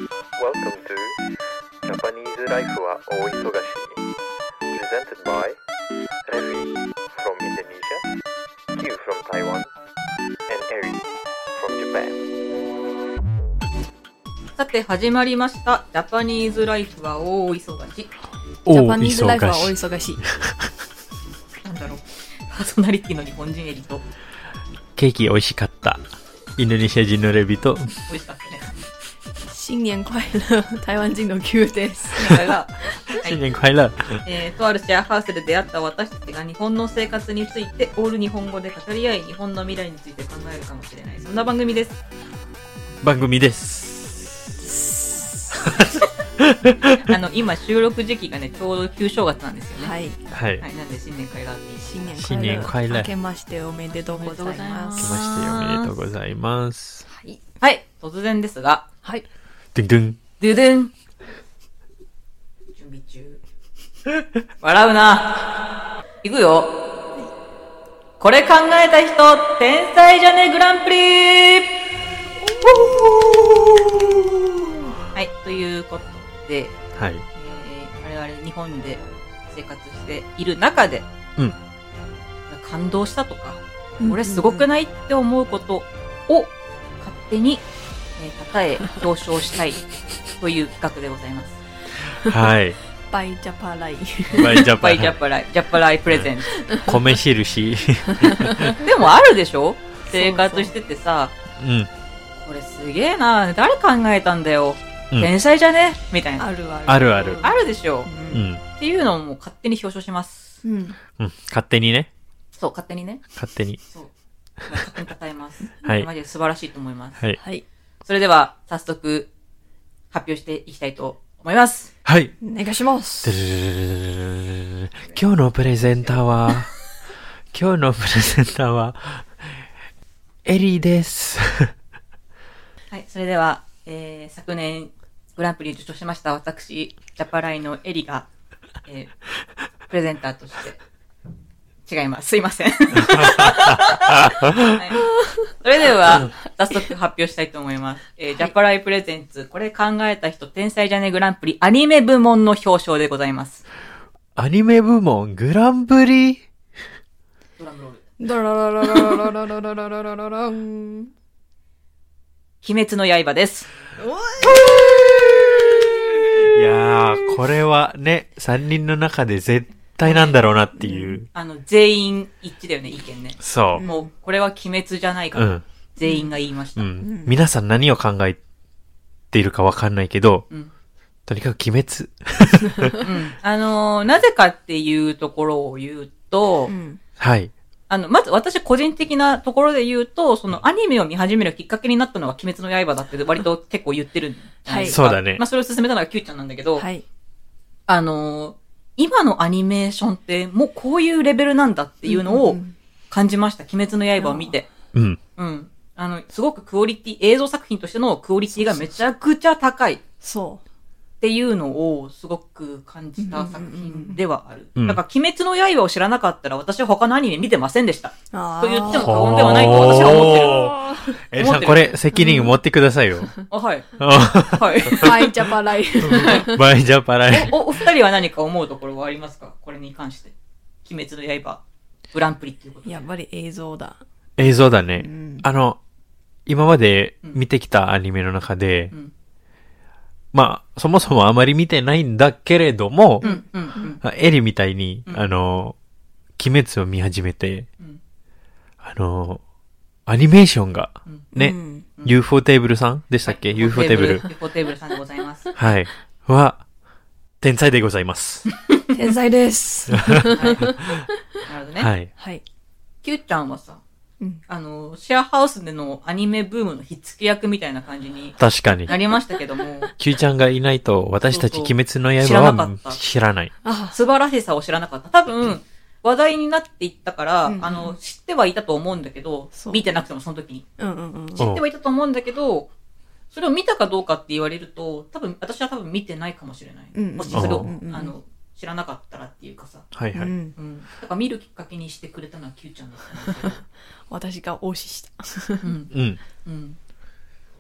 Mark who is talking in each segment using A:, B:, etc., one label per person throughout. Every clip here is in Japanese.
A: Welcome to Japanese Life は大忙し Presented by Revi from Indonesia, Q from Taiwan, and Eri from Japan.
B: さて始まりましたジャパニーズライフは大忙し。
C: ジャパニーズライフは大忙しい。
B: なんだろう、パーソナリティの日本人エリと
D: ケーキ美味しかった。インドネシア人のレビと。
B: 美味しかったね。
C: 新年快乐、台湾人の Q です。
D: 新年快乐。
B: とあるシェアハウスで出会った私たちが日本の生活についてオール日本語で語り合い、日本の未来について考えるかもしれない、そんな番組です。
D: 番組です。
B: 今収録時期がね、ちょうど旧正月なんですよね。
C: はい
D: はい。
B: はい、なんで新年快楽。
C: 新年快楽。
D: 明
C: けましておめでとうございます。
D: 明けましておめでとうございます。
B: はい。はい、突然ですが。
C: はい。
D: ドゥンドゥン。
B: ドゥドゥン。準備中。笑うな。いくよ。これ考えた人、天才じゃねグランプリ。はい、ということで、
D: はい。
B: 我々日本で生活している中で、感動したとか、これすごくないって思うことを勝手に、称え表彰したいという企画でございます。
D: はい。
C: バイジャパライ。
D: バイジャパライ。
B: ジャパライプレゼント。
D: 米印。
B: でもあるでしょ、生活しててさ、
D: うん。
B: これすげえな、誰考えたんだよ。
D: うん、
B: 天才じゃねみたいな。
C: あるある。
D: あるある。
B: あるでしょ。
D: うん。
B: っていうのをもう勝手に表彰します。
C: うん。
D: うん。勝手にね。
B: そう、勝手にね。
D: 勝手に。
B: そう。勝手に称えます。
D: はい。
B: マジで素晴らしいと思います。
D: はい。
C: はい。
B: それでは、早速、発表していきたいと思います。
D: はい。
C: お願いします。
D: 今日のプレゼンターは、エリーです。
B: はい、それでは、昨年グランプリ受賞しました私、ジャパライのエリが、プレゼンターとして、違います。すいません。はい、それでは、早速発表したいと思います。ジャパライプレゼンツ、これ考えた人天才じゃねグランプリアニメ部門の表彰でございます。
D: アニメ部門グランプリ。
B: ドラムロール。
C: ドラララララララララララララン。
B: 鬼滅の刃です。
D: いやー、これはね、3人の中で絶対なんだろうなっていう。
B: 全員一致だよね、意見ね。
D: そう。
B: もう、これは鬼滅じゃないから、全員が言いました。
D: 皆さん何を考えているかわかんないけど、とにかく鬼滅。
B: なぜかっていうところを言うと、
D: はい。
B: まず私個人的なところで言うと、そのアニメを見始めるきっかけになったのは鬼滅の刃だって割と結構言ってるん
C: はい。
D: そうだね。
B: まあそれを進めたのが Q ちゃんなんだけど、
C: はい。
B: 今のアニメーションってもうこういうレベルなんだっていうのを感じました。鬼滅の刃を見て。
D: うん。
B: うん。すごくクオリティ、映像作品としてのクオリティがめちゃくちゃ高い。
C: そう。
B: っていうのをすごく感じた作品ではある。
D: だ
B: から鬼滅の刃を知らなかったら私は他のアニメ見てませんでした。と言っても
C: も
B: 過言ではないと私は思ってる。
D: エリさん、これ責任持ってくださいよ。
B: はい。はい。
C: バイジャパライ。
D: バイジャパライ。
B: お二人は何か思うところはありますか、これに関して。鬼滅の刃、グランプリっていうことで。
C: やっぱり映像だ。
D: 映像だね。今まで見てきたアニメの中で、まあ、そもそもあまり見てないんだけれども、エリみたいに、鬼滅を見始めて、アニメーションが、ね、UFO テーブルさんでしたっけ、UFO テーブル。
B: UFO テーブルさんでございます。
D: はい。は、天才でございます。
C: 天才です。
B: なるほどね。
D: はい。
C: はい。
B: キューちゃんはさ、シェアハウスでのアニメブームの火付け役みたいな感じに
D: 確かに
B: なりましたけども、
D: キューちゃんがいないと私たち鬼滅の刃は知らない。
B: 素晴らしさを知らなかった。多分、話題になっていったから、知ってはいたと思うんだけど、見てなくてもその時に。知ってはいたと思うんだけど、それを見たかどうかって言われると、私は見てないかもしれない。もしそれを、知らなかったらっていうかさ。
D: はいはい。
B: だから見るきっかけにしてくれたのは Q ちゃんだったんですけど。
C: 私が応しした。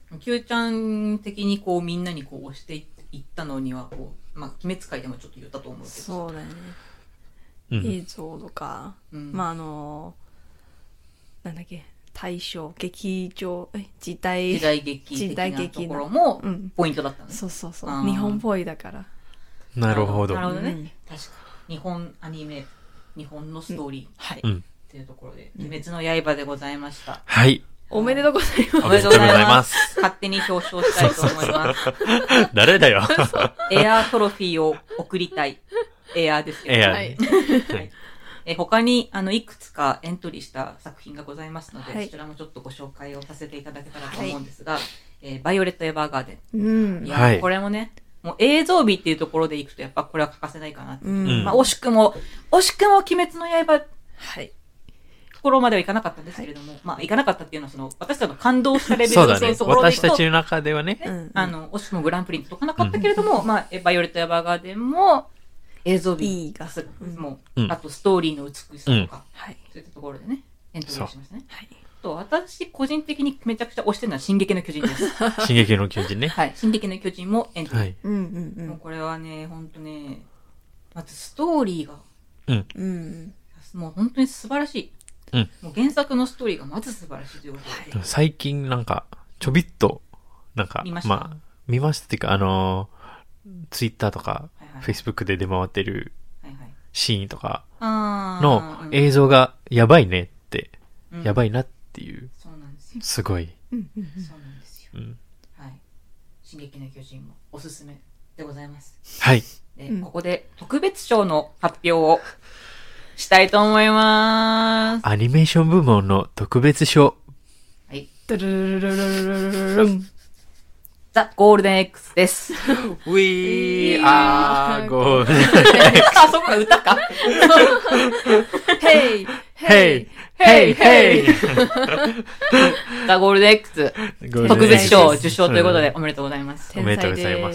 B: Q ちゃん的にこうみんなにこう押していったのにはこう、まあ、鬼滅界でもちょっと言ったと思うけど。
C: そうだよね。映像とか、まあなんだっけ、大正、劇場、時代
B: 劇的なところもポイントだったね。
C: そうそうそう。日本っぽいだから。
D: なるほど。
B: なるほどね。確かに。日本アニメ、日本のストーリー。はい。っていうところで、鬼滅の刃でございました。
D: はい。
C: おめでとうございます。
B: おめでとうございます。勝手に表彰したいと思います。
D: 誰だよ。
B: エアートロフィーを送りたい。エアーですけど。はい。他に、いくつかエントリーした作品がございますので、そちらもちょっとご紹介をさせていただけたらと思うんですが、バイオレット・エヴァーガーデン。いや、これもね、もう映像美っていうところでいくと、やっぱこれは欠かせないかなって。まあ、惜しくも、鬼滅の刃、ところまではいかなかったんですけれども、まあ、いかなかったっていうのは、私たちの感動したレベルのところでいくと、
D: 私たちの中ではね、
B: 惜しくもグランプリに届かなかったけれども、まあ、バイオレット・エヴァーガーデンも、映像美がする。もう、あとストーリーの美しさとか、そういったところでね、エントリーしましたね。と、私、個人的にめちゃくちゃ推してるのは、進撃の巨人です。
D: 進撃の巨人ね。
B: はい。進撃の巨人もエントリー。もうこれはね、ほんとね、まずストーリーが、もう本当に素晴らしい。もう原作のストーリーがまず素晴らしいということで。
D: 最近なんか、ちょびっと、なんか、まあ、見ましたっていうか、ツイッターとか、フェイスブックで出回ってるシーンとかの映像がやばいねって、やばいなっていう。
B: そうなんですよ。
D: すごい。
B: そうなんですよ。はい。進撃の巨人もおすすめでございます。
D: はい。
B: ここで特別賞の発表をしたいと思います。
D: アニメーション部門の特別賞。
B: はい。ザ・ゴールデン X です。
D: We are Golden
B: X。あ、そこが歌か。
C: Hey!
D: Hey! Hey! Hey!
B: ザ・ゴールデン X。特別賞受賞ということでおめでとうございます。
D: おめでとうございます。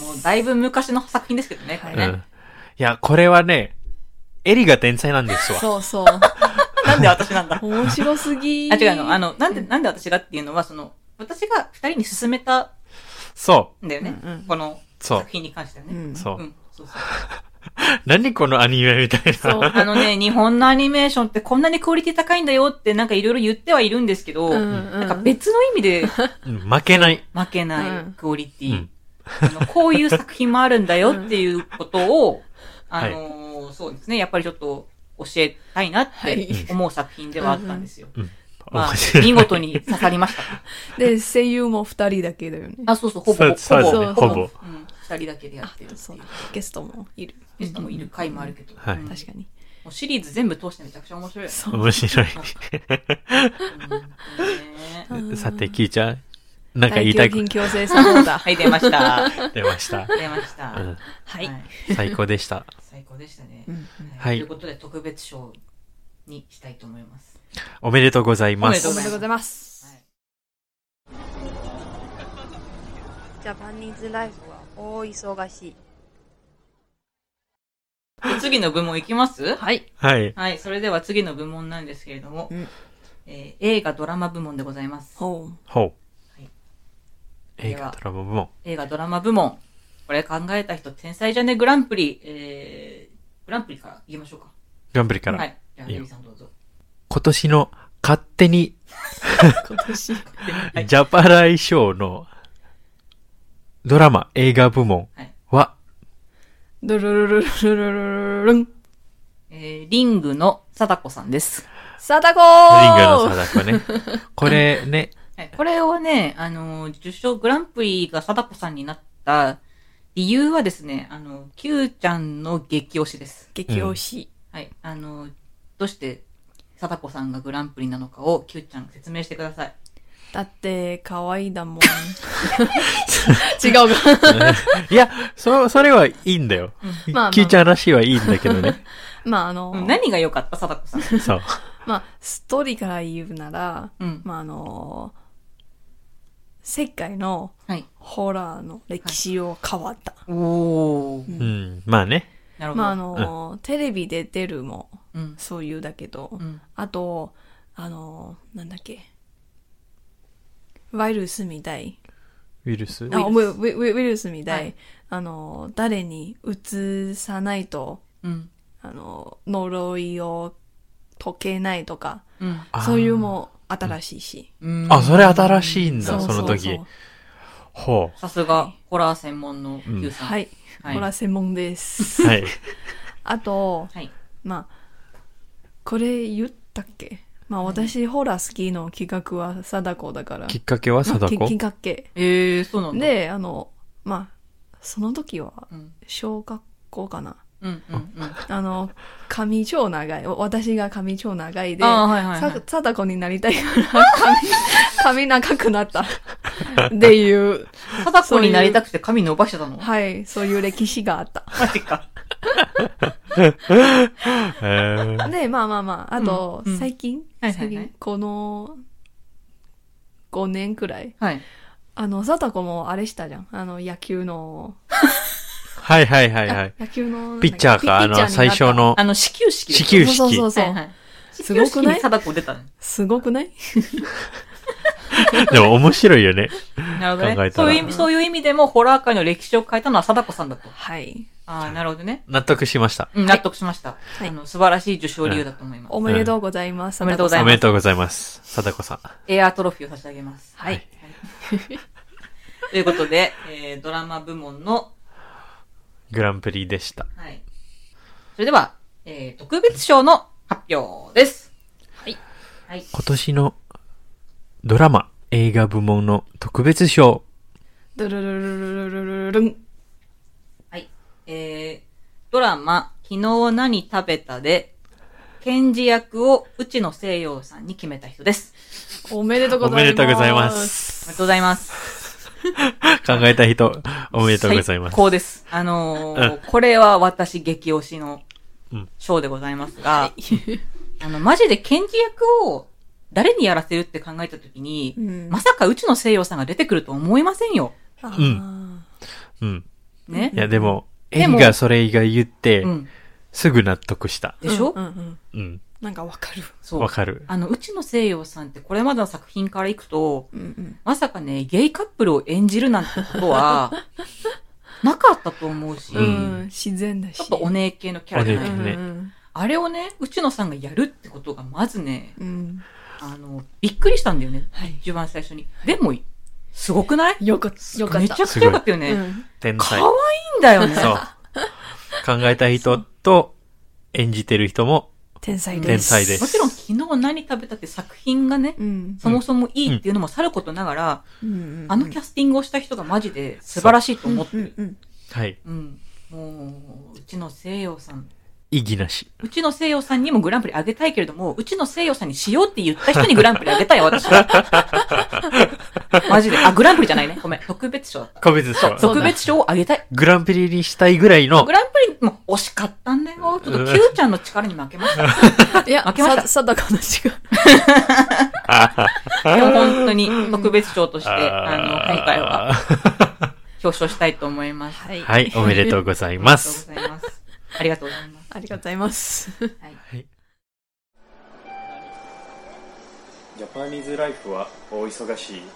B: もうだいぶ昔の作品ですけどね、これね。
D: いや、これはね、エリが天才なんですわ。
C: そうそう。
B: なんで私なんだ。
C: 面白すぎ。
B: あ、違うの。なんで私がっていうのは、私が二人に勧めた、
D: そう
B: だよね。この作品に関してはね。
D: そう。何このアニメみたいな。
B: そう。日本のアニメーションってこんなにクオリティ高いんだよってなんかいろいろ言ってはいるんですけど、なんか別の意味で、
D: 負けない
B: クオリティ。こういう作品もあるんだよっていうことを、そうですね。やっぱりちょっと教えたいなって思う作品ではあったんですよ。まあ、見事に刺さりました。
C: で、声優も2人だけだよね。
B: あ、そうそう、ほぼ。
D: 2
B: 人だけでやってる。
C: ゲストもいる。
B: ゲストもいる回もあるけど。
C: 確かに。
B: もうシリーズ全部通してめちゃくちゃ面白い。
D: 面白い。さて、キーちゃん、なんか言いたいこと。
C: 大胸筋矯正サポーター。
B: はい、出ました。
D: 出ました。
C: はい。
D: 最高でした。
B: 最高でしたね。
D: はい。
B: ということで、特別賞にしたいと思います。
D: おめでとうございます。
C: おめでとうございます。
E: ジャパニーズライフは大忙しい。
B: 次の部門いきます？
C: はい。
D: はい。
B: はい。それでは次の部門なんですけれども、映画ドラマ部門でございます。
C: ほ
D: う。映画ドラマ部門。
B: 映画ドラマ部門。これ考えた人天才じゃねグランプリ。グランプリから言いましょうか。
D: グランプリから。
B: はい。じゃあ、デビさんどうぞ。
D: 今年の勝手にジャパライ賞のドラマ映画部門は、
C: ドルルルルルルルン。
B: リングの貞子さんです。
C: 貞子
D: リングの貞子ね。これね。
B: これをね、受賞グランプリが貞子さんになった理由はですね、Q ちゃんの激推しです。
C: 激推し。
B: はい。どうして貞子さんがグランプリなのかを Q ちゃん説明してください。
C: だって可愛いだもん。違うか。
D: いや、それはいいんだよ。Q ちゃんらしいはいいんだけどね。
B: まあ何が良かった貞子さん。
D: そう。
C: まあストーリーから言うなら、まあ世界のホラーの歴史を変わった。
B: お
D: ー。まあね。
B: なるほど。
C: まあテレビで出るも、そういうだけど、あと、なんだっけ、ワイルスみたい。
D: ウイルス
C: ウイルスみたい。誰に移さないと、呪いを解けないとか、そういうも新しいし。
D: それ新しいんだ、その時。ほう。
B: さすが、ホラー専門の Q さん。
C: はい。ホラー専門です。
D: はい。
C: あと、まあ、これ言ったっけ？まあ私、ホラー好きの企画は貞子だから。
D: きっかけは貞子？
C: きっかけ。
B: そうなんだ。
C: で、まあ、その時は、小学校かな。髪超長い。私が髪超長いで、貞子になりたいから髪長くなった。っていう。
B: 貞子になりたくて髪伸ばしてたの？
C: はい、そういう歴史があった。
B: マジか。
C: で、まあ、あと、最近、この5年くらい。貞子もあれしたじゃん。野球の。
D: はい。
C: 野球の。
D: ピッチャーか、最初の。
B: 始球式。
D: 始球式。
C: そう。
B: すごくない？貞子出たね。
C: すごくない？
D: でも面白いよね。
B: なるほどね。そういう意味でも、ホラー界の歴史を変えたのは貞子さんだと。
C: はい。
B: なるほどね。
D: 納得しました。
B: 納得しました。素晴らしい受賞理由だと思います。
C: おめでとうございます。
B: おめでとうございます。
D: おめでとうございます。貞子さん。
B: エアートロフィーを差し上げます。はい。ということで、ドラマ部門の
D: グランプリでした。
B: はい。それでは、特別賞の発表です。はい。
D: 今年のドラマ、映画部門の特別賞。
C: ドゥルルルルルルルルン。
B: はい。ドラマ、昨日何食べたで、検事役を内野聖陽さんに決めた人です。
C: おめでとうございます。
D: おめでとうございます。
B: おめでとうございます。
D: 考えた人、おめでとうございます。
B: 最高です。これは私激推しの賞でございますが、マジで検事役を誰にやらせるって考えたときに、まさか内野聖陽さんが出てくると思いませんよ。ね。
D: いや、でも、エリがそれ以外言って、すぐ納得した。
B: でしょ？
C: なんかわかる。
B: そう。
D: わかる。
B: 内野聖陽さんってこれまでの作品からいくと、まさかね、ゲイカップルを演じるなんてことは、なかったと思うし、
C: 自然だし。
B: ちょっとお姉系のキャラじゃないね。あれをね、内野さんがやるってことがまずね、びっくりしたんだよね。一番最初に。でも、すごくない？
C: よかった。
B: めちゃくちゃよかったよね。
D: 天才。
B: 可愛いんだよね。
D: そう。考えた人と演じてる人も
C: 天才です。
D: 天才です。
B: もちろん昨日何食べたって作品がね、そもそもいいっていうのもさることながら、あのキャスティングをした人がマジで素晴らしいと思ってる。
D: はい。
B: もう、うちの聖陽さん。
D: 意義なし。
B: うちの聖陽さんにもグランプリあげたいけれども、うちの聖陽さんにしようって言った人にグランプリあげたいよ、私は。マジで。グランプリじゃないね。ごめん。特別賞だった。
D: 特別賞。
B: 特別賞をあげたい。
D: グランプリにしたいぐらいの。
B: グランプリも惜しかったんだよ。ちょっと Q ちゃんの力に負けました。
C: いや、負けました。貞子の力。
B: でも本当に特別賞として、今回は表彰したいと思います。
D: はい、おめでとうございます。
B: ありがとうございます。
C: ありがとうございます。
D: はい。ジャパニーズライフは大忙しい。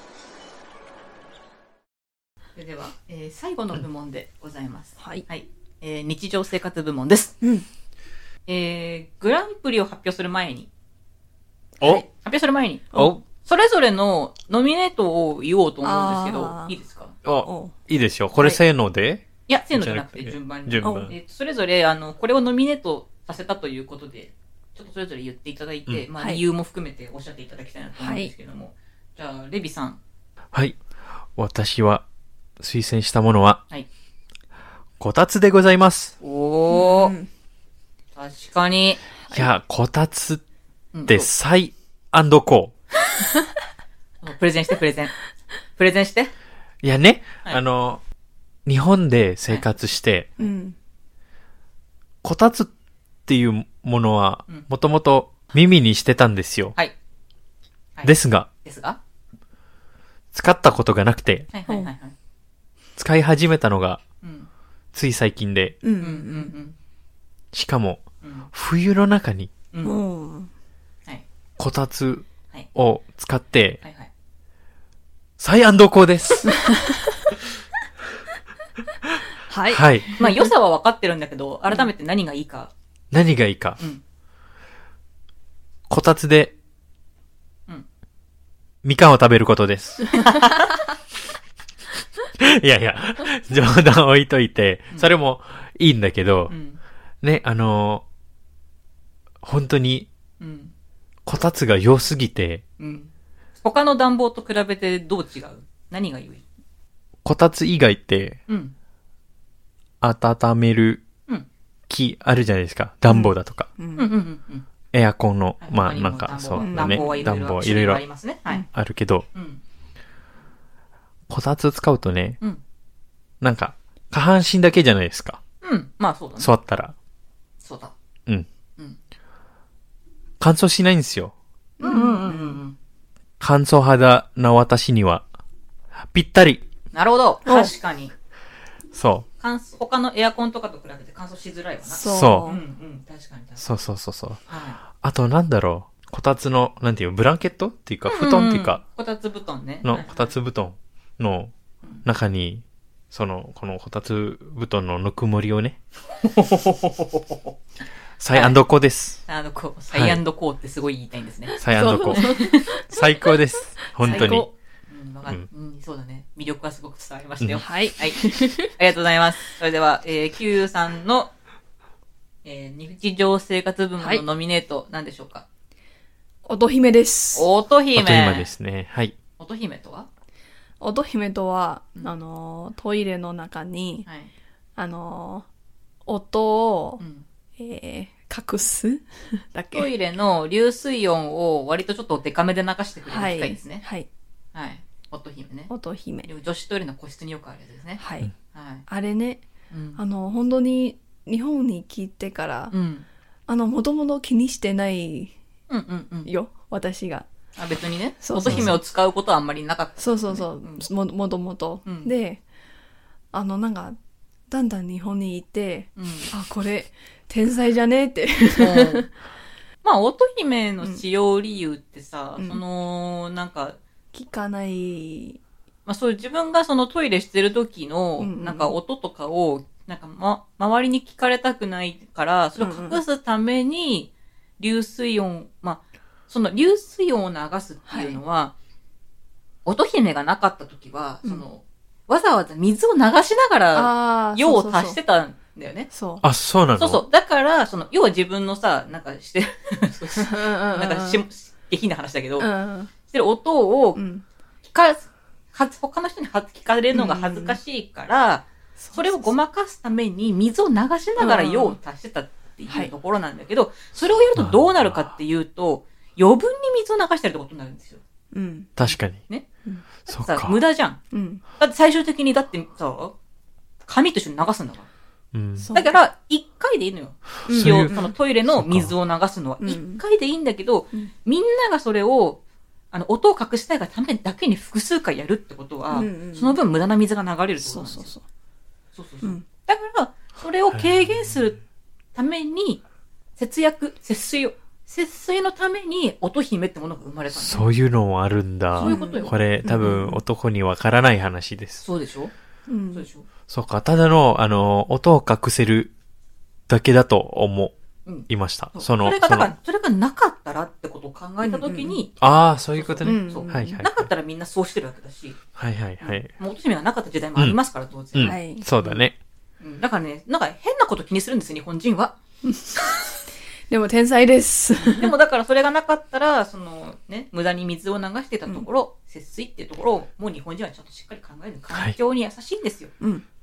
B: それでは、最後の部門でございます。
C: はい。
B: 日常生活部門です。グランプリを発表する前に。発表する前に。それぞれのノミネートを言おうと思うんですけど、いいですか？
D: いいですよ。これせーので？
B: いや、せーのじゃなくて順番に。それぞれ、これをノミネートさせたということで、ちょっとそれぞれ言っていただいて、まあ理由も含めておっしゃっていただきたいなと思うんですけども。じゃあ、レビさん。
D: はい。私は、推薦したものは、こたつでございます。
B: おー。確かに。
D: いや、こたつってサイ&コ
B: ー。プレゼンして、プレゼン。プレゼンして。
D: いやね、日本で生活して、こたつっていうものは、もともと耳にしてたんですよ。ですが、使ったことがなくて、使い始めたのが、つい最近で、しかも、冬の中に、こたつを使って、 サイアンドコーです。
C: はい。
D: はい。
B: まあ良さは分かってるんだけど、改めて何がいいか。
D: 何がいいか。
B: うん。
D: こたつで、みかんを食べることです。いやいや、冗談置いといて、それもいいんだけど、ね、本当に、こたつが良すぎて、
B: 他の暖房と比べてどう違う？何が良い？
D: こたつ以外って、温める木あるじゃないですか。暖房だとか。エアコンの、まあなんか、そうだね。暖房いろいろあるけど、こたつ使うとね、なんか、下半身だけじゃないですか。
B: まあそうだね。
D: 座ったら。
B: そうだ。
D: 乾燥しないんですよ。乾燥肌な私には、ぴったり。
B: なるほど。確かに。
D: そう。
B: 他のエアコンとかと比べて乾燥しづらいわな。
D: そう。
B: 確かに。
D: そう。あとなんだろう。こたつの、なんていうブランケットっていうか、布団っていうか。
B: こたつ布団ね。
D: こたつ布団の中に、このこたつ布団のぬくもりをね。サイアンドコーです。
B: サイアンドコーってすごい言いたいんですね。
D: サイアンドコー。最高です。本当に。
B: そうだね。魅力はすごく伝わりましたよ。
C: はい。
B: ありがとうございます。それでは、Q さんの、日常生活部門のノミネート、何でしょうか？
C: 乙姫です。
B: 乙姫。
D: 乙姫ですね。はい。
B: 乙姫とは？
C: 乙姫とは、トイレの中に、音を、隠すだけ。
B: トイレの流水音を割とちょっとデカめで流してくれる機械ですね。
C: はい。
B: 乙姫ね。
C: 乙姫。
B: 女子トイレの個室によくあるやつですね。
C: はい。あれね、本当に日本に来てから、もともと気にしてないよ、私が。
B: 別にね。乙姫を使うことはあんまりなかった。
C: そう。もともと。で、なんか、だんだん日本に行って、これ、天才じゃねって。
B: まあ、乙姫の使用理由ってさ、なんか、
C: 聞かない。
B: まあ、そういう自分がそのトイレしてる時の、なんか音とかを、なんか周りに聞かれたくないから、それを隠すために、流水音、まあ、その流水音を流すっていうのは、乙姫がなかった時は、わざわざ水を流しながら、用を足してたんだよね。
C: そう。
D: あ、そうなの？
B: そう。だから、要は自分のさ、なんかしてる、なんか下品な話だけど、してる音を、他の人に聞かれるのが恥ずかしいから、それをごまかすために水を流しながら用を足してたっていうところなんだけど、それをやるとどうなるかっていうと、余分に水を流してるってことになるんですよ。
D: 確かに。
B: ね。
D: そうか。
B: 無駄じゃん。だって最終的に、だってさ、紙と一緒に流すんだから。だから、一回でいいのよ。そのトイレの水を流すのは。一回でいいんだけど、みんながそれを、音を隠したいがためだけに複数回やるってことは、その分無駄な水が流れるってことなんですよ。そう。だから、それを軽減するために、節水のために乙姫ってものが生まれたんだ、ね。
D: そういうのもあるんだ。
B: そういうことよ。
D: これ多分男にわからない話です。
B: そうでしょ？そうでしょ？
D: そうか。ただの、音を隠せるだけだと思いました。それ
B: がなかったらってことを考えたときに。
D: そういうことね。
B: なかったらみんなそうしてるわけだし。もう乙姫がなかった時代もありますから、当然。
D: そうだね。
B: だからね、なんか変なこと気にするんですよ、日本人は。
C: でも天才です。
B: でもだからそれがなかったら、無駄に水を流してたところ、節水っていうところを、もう日本人はちゃんとしっかり考える環境に優しいんですよ。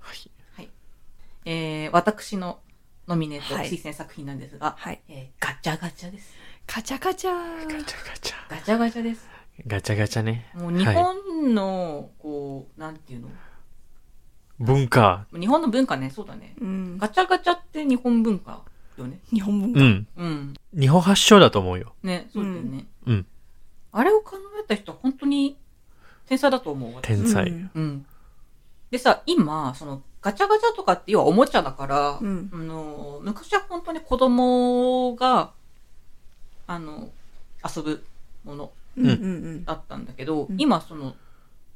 B: 私のノミネート、推薦作品なんですが、ガチャガチャです。
C: ガチャガチャ。
B: ガチャガチャです。
D: ガチャガチャね。
B: もう日本の、なんていうの？
D: 文化。
B: 日本の文化ね、そうだね。ガチャガチャって日本文化よね。
C: 日本文化。
D: 日本発祥だと思うよ。
B: ね、そうだよね。あれを考えた人は本当に天才だと思う。
D: 天才。
B: でさ、今、ガチャガチャとかって要はおもちゃだから、昔は本当に子供が、遊ぶものだったんだけど、今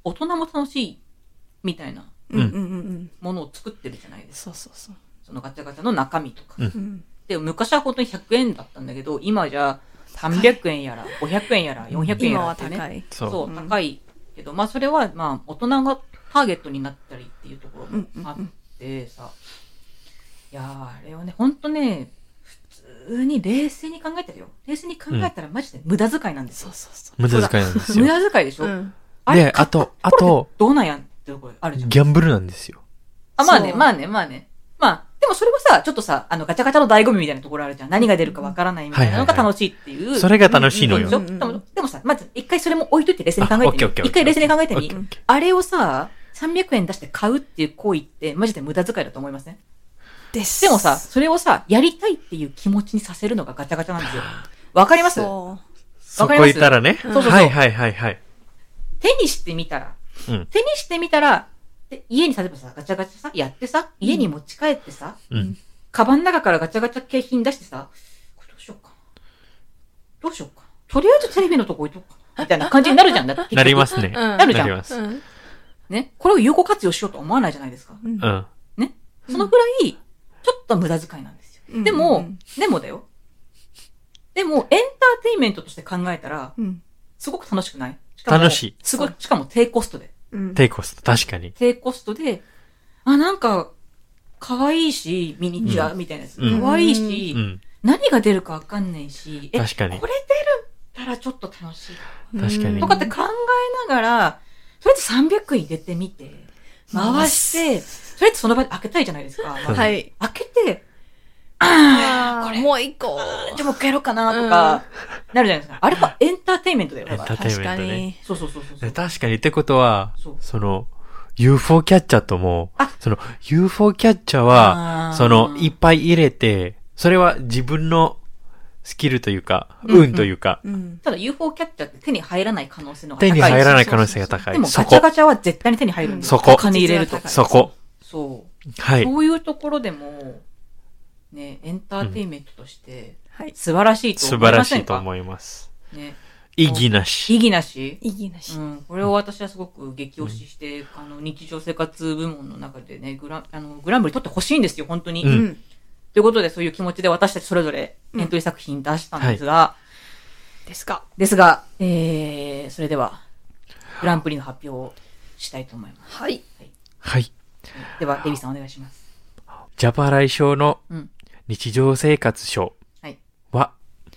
B: 大人も楽しいみたいな
C: うんうんうん
B: ものを作ってるじゃないですか。
C: そうそうそう。
B: そのガチャガチャの中身とか。
C: うん
B: で、昔は本当に100円だったんだけど、今じゃ300円やら、500円やら、400円やらって、ね。
C: 今は高い。
B: そう、高いけど、まあそれは、まあ大人がターゲットになったりっていうところもあってさ、いやー、あれはね、ほんとね、普通に冷静に考えたらよ。冷静に考えたらマジで無駄遣いなんですよ。
C: そうそうそう。
D: 無駄遣いなんですよ。
B: 無駄遣いでしょ、
D: で、あと、
B: どうなんやんってところあるじゃん。
D: ギャンブルなんですよ。
B: あ、まあね。まあ、でもそれもさ、ちょっとさ、ガチャガチャの醍醐味みたいなところあるじゃん。何が出るかわからないみたいなのが楽しいっていう。
D: それが楽しいのよ。
B: でもさ、まず一回それも置いといて冷静に考えてみ。一回冷静に考えてみ。あれをさ、300円出して買うっていう行為ってマジで無駄遣いだと思いません？でもさ、それをさ、やりたいっていう気持ちにさせるのがガチャガチャなんですよ。わかります？
D: そこ行ったらね。
B: そう。
D: はいはいはいはい。
B: 手にしてみたら、で家に例えばさ、ガチャガチャさ、やってさ、家に持ち帰ってさ、カバンの中からガチャガチャ景品出してさ、これどうしようかな。とりあえずテレビのとこ置いとこうかな。みたいな感じになるじゃん。だって
D: なりますね。
B: なるじゃん。
D: なります。
B: ね。これを有効活用しようとは思わないじゃないですか。ね。そのぐらい、ちょっと無駄遣いなんですよ。でもだよ。でも、エンターテインメントとして考えたら、すごく楽しくない？
D: 楽しい。
B: すごい、しかも低コストで。
D: 低コスト、確かに。
B: 低コストで、なんか、可愛いし、ミニチュアみたいなやつ。可愛いし、何が出るかわかんないし、
D: 確かに。
B: これ出るたらちょっと楽しい。
D: 確かに。
B: とかって考えながら、とりあえず300円入れてみて、回して、とりあえずその場で開けたいじゃないですか。
C: はい。
B: 開けて、これ。
C: もう一個。
B: じゃあもう一回やろうかなとか、なるじゃないですか。あれはエンターテインメントだよ。
D: エンターテインメントね。
B: そう。
D: 確かにってことは、その、UFO キャッチャーとも、その UFO キャッチャーは、その、いっぱい入れて、それは自分のスキルというか、運というか。
B: ただ UFO キャッチャーって手に入らない可能性の
D: 高い。手に入らない可能性が高い。
B: でもガチャガチャは絶対に手に入るんですよ。
D: そこ。
B: 金入れると。
D: そこ。
B: そう。
D: はい。
B: そういうところでも、ね、エンターテインメントとして、素晴らしいと思いませんか？
D: 素晴らしいと思います。
B: ね。
D: 意義なし。
B: 意義なし。
C: こ
B: れを私はすごく激推しして、日常生活部門の中でね、グランプリ取ってほしいんですよ、本当に。ということで、そういう気持ちで私たちそれぞれエントリー作品出したんですが、ですが、それでは、グランプリの発表をしたいと思います。
C: はい。
B: では、デビさんお願いします。
D: ジャパライ賞の日常生活賞は、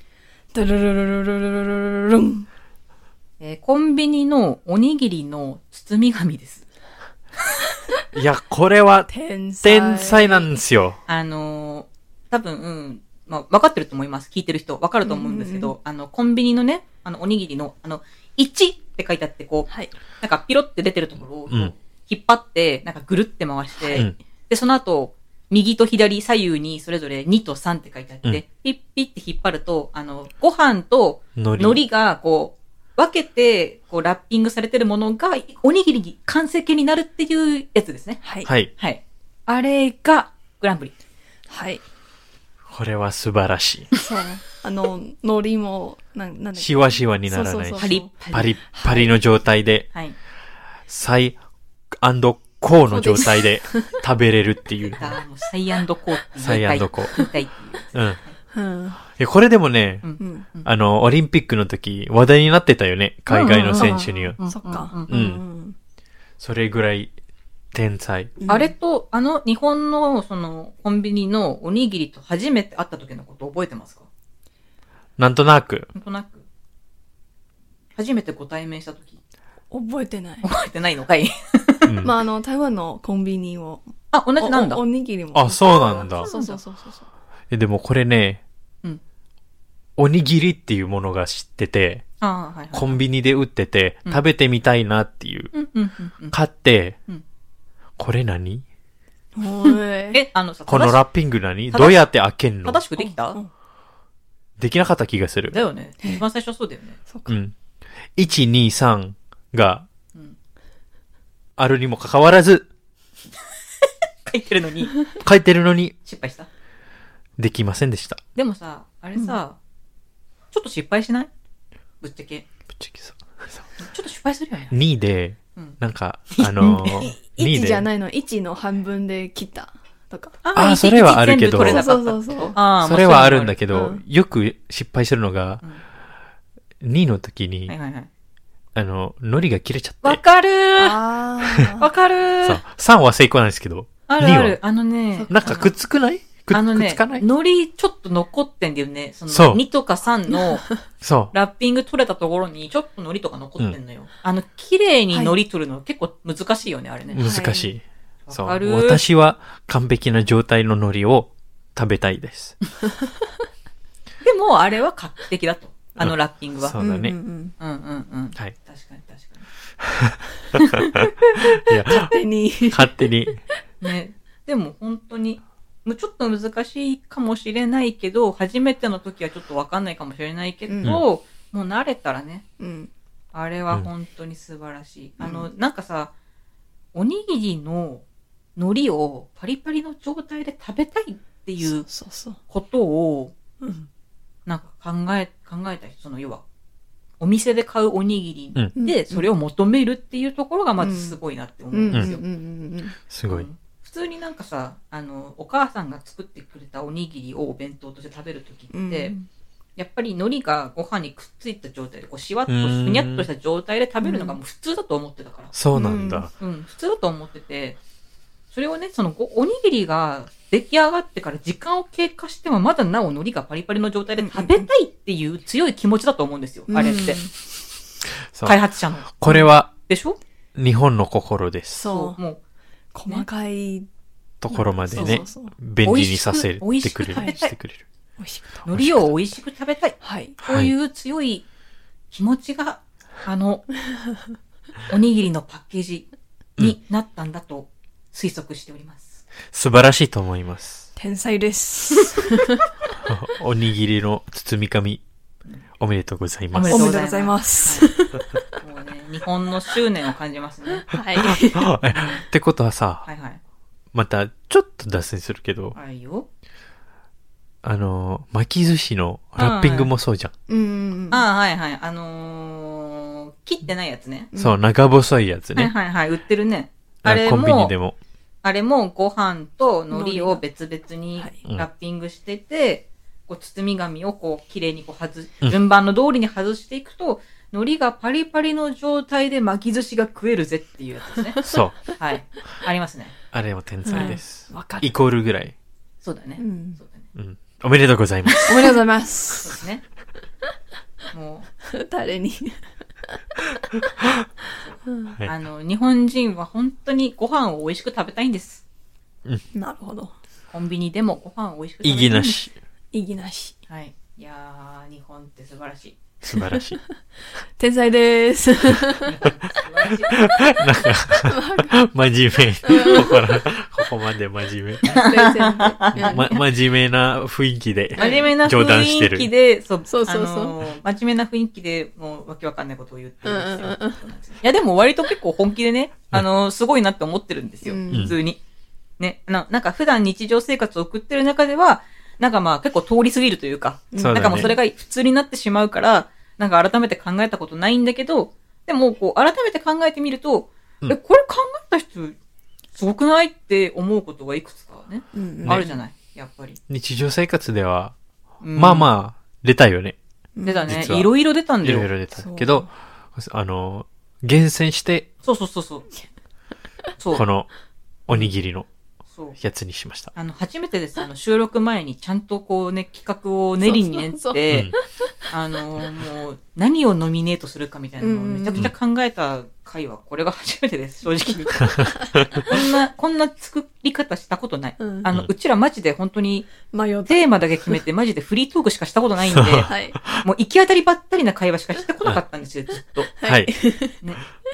B: コンビニのおにぎりの包み紙です。
D: いや、これは天才なんですよ。
B: 多分、まあ、分かってると思います。聞いてる人。分かると思うんですけど、コンビニのね、おにぎりの、1って書いてあって、こう、なんかピロって出てるところを、引っ張って、なんかぐるって回して、で、その後、右と左左右にそれぞれ2と3って書いてあって、ピッピッって引っ張ると、ご飯と海苔がこう、分けて、こう、ラッピングされてるものが、おにぎりに完成形になるっていうやつですね。
C: はい。
B: あれが、グランプリ。
C: はい。
D: これは素晴らしい。
C: そう。海苔も、なんだっけ。
D: シワシワにならないし。
B: パリ
D: パリの状態で。サイ&コーの状態で食べれるっていう。
B: サイ&コーって
D: サイ&コー。
B: 言いたいって
D: いう。これでもね、オリンピックの時話題になってたよね。海外の選手には。
C: そっか。
D: それぐらい天才。
B: あれと、日本のそのコンビニのおにぎりと初めて会った時のこと覚えてますか？
D: なんとなく。
B: 初めてご対面した時。
C: 覚えてない。
B: 覚えてないのかい？
C: まあ、台湾のコンビニを。
B: 同じなんだ。
C: おにぎりも。
D: そうなんだ。
C: そう。
D: でもこれね、おにぎりっていうものが知ってて、コンビニで売ってて、食べてみたいなっていう。買って、これ何？
B: この
D: ラッピング何？どうやって開けんの？
B: 正しくできた？
D: できなかった気がする。
B: だよね。一番最初そうだよね。
D: 1、2、3が、あるにもかかわらず、
B: 書いてるのに、失敗した？
D: できませんでした。
B: でもさ、あれさ、ちょっと失敗しない？ぶっちゃけさ。ちょっと失敗するよね。
D: 2で、 なんか、
C: 1じゃないの、1の半分で切ったとか。
D: それはあるけど、
C: そうそうそう。
D: それはあるんだけど、よく失敗するのが、2の時に、海苔が切れちゃって。
B: わかるーわかるー
D: そう。3は成功なんですけど、
B: あるある。なん
D: かくっつくないくっつかない
B: 海苔ちょっと残ってんだよね。その2とか3のラッピング取れたところにちょっと海苔とか残ってんのよ。綺麗に海苔取るの結構難しいよね、あれね。
D: 難しい。そう。私は完璧な状態の海苔を食べたいです。
B: でも、あれは画期的だと。ラッピングは。
D: そうだね。
B: はい。
D: 確かに。いや、勝手に。
B: ね。でも本当に、ちょっと難しいかもしれないけど、初めての時はちょっとわかんないかもしれないけど、もう慣れたらね、あれは本当に素晴らしい。なんかさ、おにぎりの海苔をパリパリの状態で食べたいっていうことを、なんか考えた人、要は、お店で買うおにぎりでそれを求めるっていうところがまずすごいなって思うんですよ。
D: すごい。
B: 普通になんかさ、お母さんが作ってくれたおにぎりをお弁当として食べるときって、やっぱり海苔がご飯にくっついた状態で、こう、しわっと、ふにゃっとした状態で食べるのがもう普通だと思ってたから。
D: そうなんだ。
B: 普通だと思ってて、それをね、おにぎりが出来上がってから時間を経過してもまだなお海苔がパリパリの状態で食べたいっていう強い気持ちだと思うんですよ、あれって。開発者の。
D: これは、
B: でしょ？
D: 日本の心です。
C: そう。もう、細かい
D: ところまでね、便利にさせてくれる。してくれる。
B: 海苔を美味しく食べたい。はい。こういう強い気持ちが、おにぎりのパッケージになったんだと推測しております。
D: 素晴らしいと思います。
C: 天才です。
D: おにぎりの包み紙、おめでとうございます。
C: おめでとうございます。
B: もうね、日本の執念を感じますね。
C: はい。
D: ってことはさ、またちょっと脱線するけど、
B: はいよ。
D: 巻き寿司のラッピングもそうじゃん。
B: はいはい。切ってないやつね。
D: そう、長細いやつね。
B: はいはい、売ってるね。
D: コンビニでも。
B: あれもご飯と海苔を別々にラッピングしてて、こう包み紙をこう綺麗にこう順番の通りに外していくと、海苔がパリパリの状態で巻き寿司が食えるぜっていうやつですね。
D: そう。
B: はい。ありますね。
D: あれも天才です。イコールぐらい。
B: そうだね。そうだね。
D: おめでとうございます。
C: おめでとうございます。
B: そうですね。もう。
C: 誰に
B: 日本人は本当にご飯を美味しく食べたいんです。
C: なるほど。
B: コンビニでもご飯を美味しく食べたい。
D: 意義なし。
C: 意義なし。
B: はい。いやー、日本って素晴らしい。
D: 素晴らしい。
C: 天才です。
D: なんか、真面目。ここまで真面目。真面目な雰囲気で。
B: 真面目な雰囲気で、そう。真面目な雰囲気で、もうわけわかんないことを言ってるんですよ。いや、でも割と結構本気でね、すごいなって思ってるんですよ。普通に。ね。なんか普段日常生活を送ってる中では、なんかまあ結構通り過ぎるというか、なんかもうそれが普通になってしまうから、なんか改めて考えたことないんだけど、でもこう改めて考えてみると、これ考えた人すごくないって思うことがいくつかね、あるじゃない、やっぱり。
D: 日常生活では、まあまあ出たよね。
B: 出たね。いろいろ出たんだよ。
D: いろいろ出たけど、厳選して、
B: そう。
D: このおにぎりのやつにしました。
B: 初めてです。収録前にちゃんとこうね、企画を練りに練って、もう、何をノミネートするかみたいなのをめちゃくちゃ考えた回は、これが初めてです、正直に。こんな作り方したことない。うちらマジで本当に、テーマだけ決めて、マジでフリートークしかしたことないんで、もう行き当たりばったりな会話しかしてこなかったんですよ、ずっと。
D: はい。ね。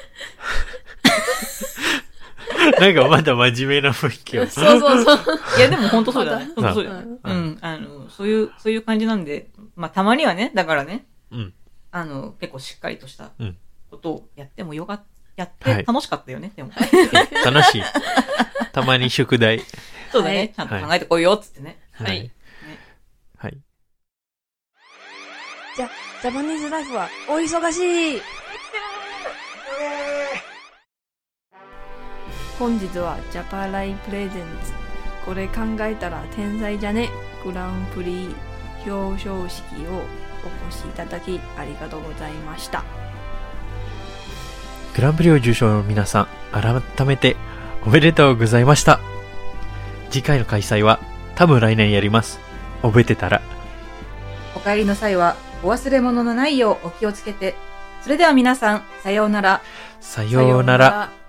D: なんかまだ真面目な雰囲気を。
C: そう。
B: いやでも本当そうだね。本当そうだね。そういう感じなんで、まあたまにはね、だからね、結構しっかりとしたことをやってもやって楽しかったよね、でも。
D: 楽しい。たまに宿題。
B: そうだね。ちゃんと考えてこいよ、つってね。
D: はい。はい。
E: ジャパニーズライフはお忙しい。
C: 本日はジャパライプレゼンツこれ考えたら天才じゃねグランプリ表彰式をお越しいただきありがとうございました。
D: グランプリを受賞の皆さん、改めておめでとうございました。次回の開催は多分来年やります。覚えてたら。
B: お帰りの際はお忘れ物のないようお気をつけて。それでは皆さん、さようなら。
D: さようなら。